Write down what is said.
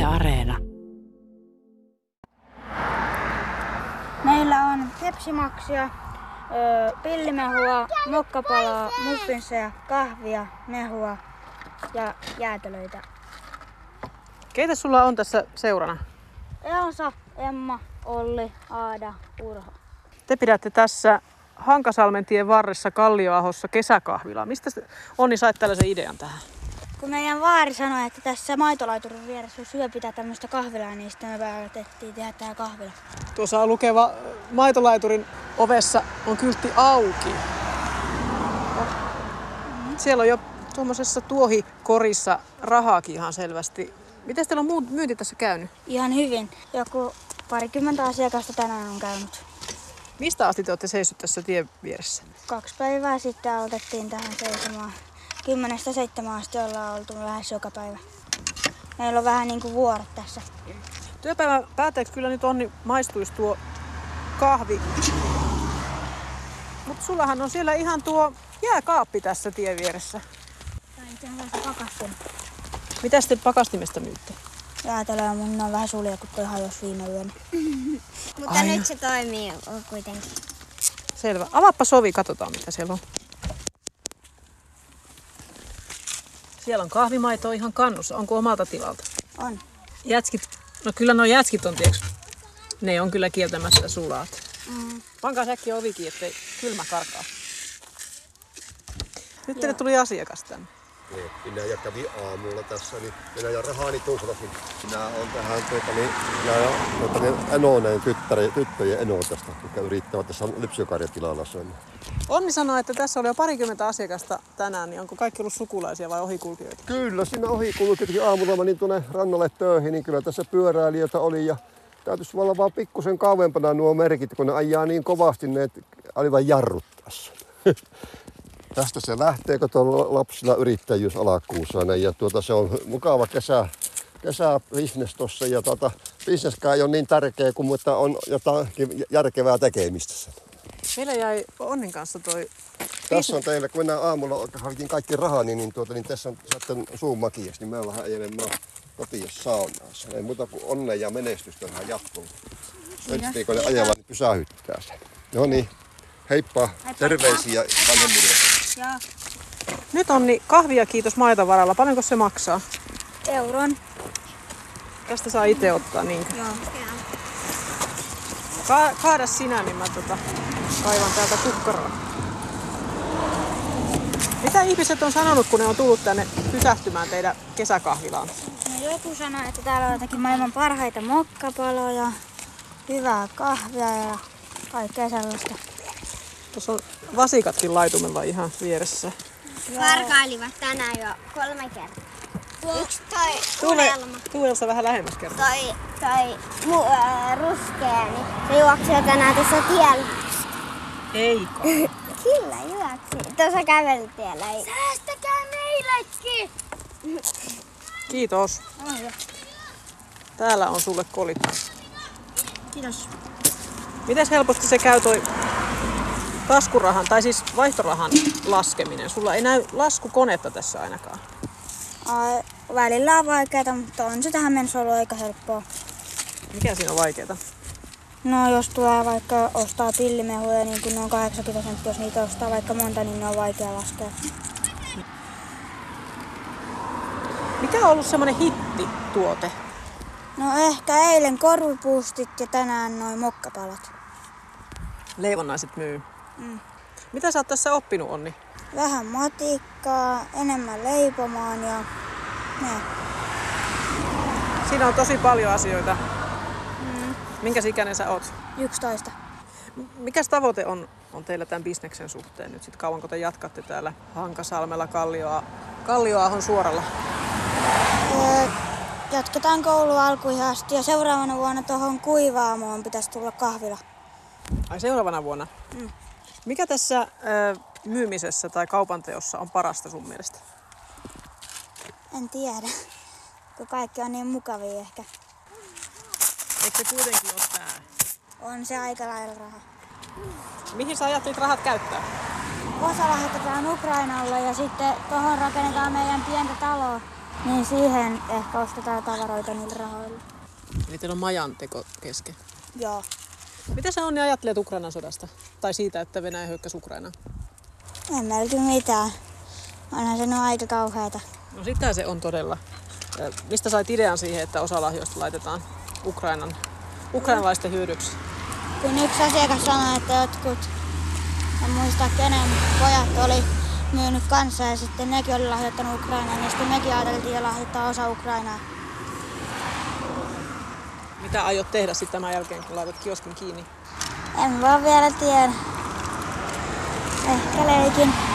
Areena. Meillä on tepsimaksia, pillimehua, mokkapalaa, muffinseja, kahvia, mehua ja jäätelöitä. Keitä sulla on tässä seurana? Elsa, Emma, Olli, Aada, Urho. Te pidätte tässä Hankasalmentien varressa Kallioahossa kesäkahvilaa. Mistä Onni sait tällaisen idean tähän? Kun meidän vaari sanoi, että tässä maitolaiturin vieressä olisi hyvä pitää tämmöistä kahvilaa, niin sitten me päätettiin tehdä tää kahvila. Tuossa on lukeva maitolaiturin ovessa on kyltti auki. Siellä on jo tuommoisessa tuohikorissa rahaakin ihan selvästi. Miten teillä on myynti tässä käynyt? Ihan hyvin. Joku 20 asiakasta tänään on käynyt. Mistä asti te olette seissyt tässä tien vieressä? 2 päivää sitten aloitettiin tähän seisomaan. 10-7 asti ollaan oltu lähes joka päivä. Meillä on vähän niin kuin vuorot tässä. Työpäivän päätteeksi kyllä nyt Onni maistuisi tuo kahvi. Mutta sullahan on siellä ihan tuo jääkaappi tässä tien vieressä. Tämä on itse asiassa pakastin. Mitä sitten pakastimesta myytte? Jäätelöä mun on vähän sulia, kun toi hajosi viime yönä. Mutta nyt se toimii kuitenkin. Selvä. Avaappa sovi, katsotaan mitä siellä on. Siellä on kahvimaitoa ihan kannussa. Onko omalta tilalta? On. Jätskit, no kyllä nuo jätskit on, tiiäks, ne on kyllä kieltämättä sulaat. Pankaa säkkiä ovikin, ettei kylmä karkaa. Nyt teille tuli asiakas tänne. Minä ja kävin aamulla tässä, niin minä ja rahani tuhlasin. Minä olen tähän Enoneen tyttöjen eno tästä, jotka yrittävät tässä lypsykarjatilalla sen. Onni sanoi, että tässä oli jo 20 asiakasta tänään, niin onko kaikki ollut sukulaisia vai ohikulkijoita? Kyllä, siinä ohikulkijoitakin aamulla menin tuonne rannalle töihin, niin kyllä tässä pyöräilijöitä oli ja täytyisi olla vaan pikkusen kauempana nuo merkit, kun ne ajaa niin kovasti, ne aivan jarruttaa. Tästä se lähtee, kun tuolla lapsilla yrittäjyys alakuussa. Ja se on mukava kesäbisnes tuossa. Ja bisneskään ei ole niin tärkeä kuin, mutta on jotain järkevää tekemistä. Meillä jäi Onnin kanssa toi... Tässä on teille, kun mennään aamulla hankin kaikki rahani, niin tässä on sitten suumakias, niin me ollaan ajelemaan kotiin saunassa. Ei muuta kuin onnea ja menestystä tähän jatkoon. Ensi viikolle ajalla niin pysähyttää se. No niin, heippa, terveisiä vanhemmille. Ja Nyt Onni, kahvia kiitos maitovaralla. Paljonko se maksaa? euron. Tästä saa itse ottaa, niinkö? Joo. Kaada sinä, niin mä kaivan täältä kukkaroa. Mitä ihmiset on sanonut, kun ne on tullut tänne pysähtymään teidän kesäkahvilaan? No, joku sanoi, että täällä on jotakin maailman parhaita mokkapaloja, hyvää kahvia ja kaikkea sellaista. Tuossa on vasikatkin laitumella ihan vieressä. Karkailivat tänään jo 3 kertaa. Yksi toi unelma. Tuu Elsa vähän lähemmäs kerran. Toi ruskea, niin se juoksi jo tänään tuossa tiellä. Eikö? Kyllä juoksi. Tuossa kävelytiellä. Säästäkää meillekin! Kiitos. Täällä on sulle kolit. Kiitos. Mites helposti se käy toi taskurahan, tai siis vaihtorahan laskeminen? Sulla ei näy laskukonetta tässä ainakaan. Välillä on vaikeaa, mutta on se tähän mennessä ollut aika helppoa. Mikä siinä on vaikeeta? No jos tulee vaikka ostaa pillimehuja, niin kun ne on 80 senttiä, jos niitä ostaa vaikka monta, niin ne on vaikea laskea. Mikä on ollut semmonen hittituote? No ehkä eilen korvipustit ja tänään noin mokkapalat. Leivonnaiset myy. Mitä sä oot tässä oppinut, Onni? Vähän matikkaa, enemmän leipomaan ja ne. Siinä on tosi paljon asioita. Minkäs ikäinen sä oot? 11. Mikäs tavoite on teillä tämän bisneksen suhteen nyt sit? Kauanko te jatkatte täällä Hankasalmella Kallioahon suoralla? Jatketaan koulua alkuihin asti ja seuraavana vuonna tuohon Kuivaamoon pitäisi tulla kahvila. Ai seuraavana vuonna? Mikä tässä myymisessä tai kaupanteossa on parasta sun mielestä? En tiedä, kun kaikki on niin mukavia ehkä. Eikö se kuitenkin ole tää? On se aika lailla raha. Mihin sä ajattelit rahat käyttää? Osa lähetetään Ukrainalle ja sitten tuohon rakennetaan meidän pientä taloa. Niin siihen ehkä ostetaan tavaroita niillä rahoilla. Eli teillä on majanteko kesken. Joo. Mitä sä Onni ajattelet Ukrainan sodasta? Tai siitä, että Venäjä hyökkäsi Ukrainaan? En melkein mitään. Onhan se no aika kauheata. No sitä se on todella. Mistä sait idean siihen, että osa lahjoista laitetaan ukrainalaisten hyödyksi? Kun yksi asiakas sanoi, että jotkut, en muista kenen pojat oli myynyt kanssa ja sitten nekin oli lahjoittanut Ukrainaan, niin sitten mekin ajateltiin lahjoittaa osa Ukrainaa. Mitä aiot tehdä sitten tämän jälkeen, kun laitat kioskin kiinni? En vaan vielä tiedä. Ehkä leikin.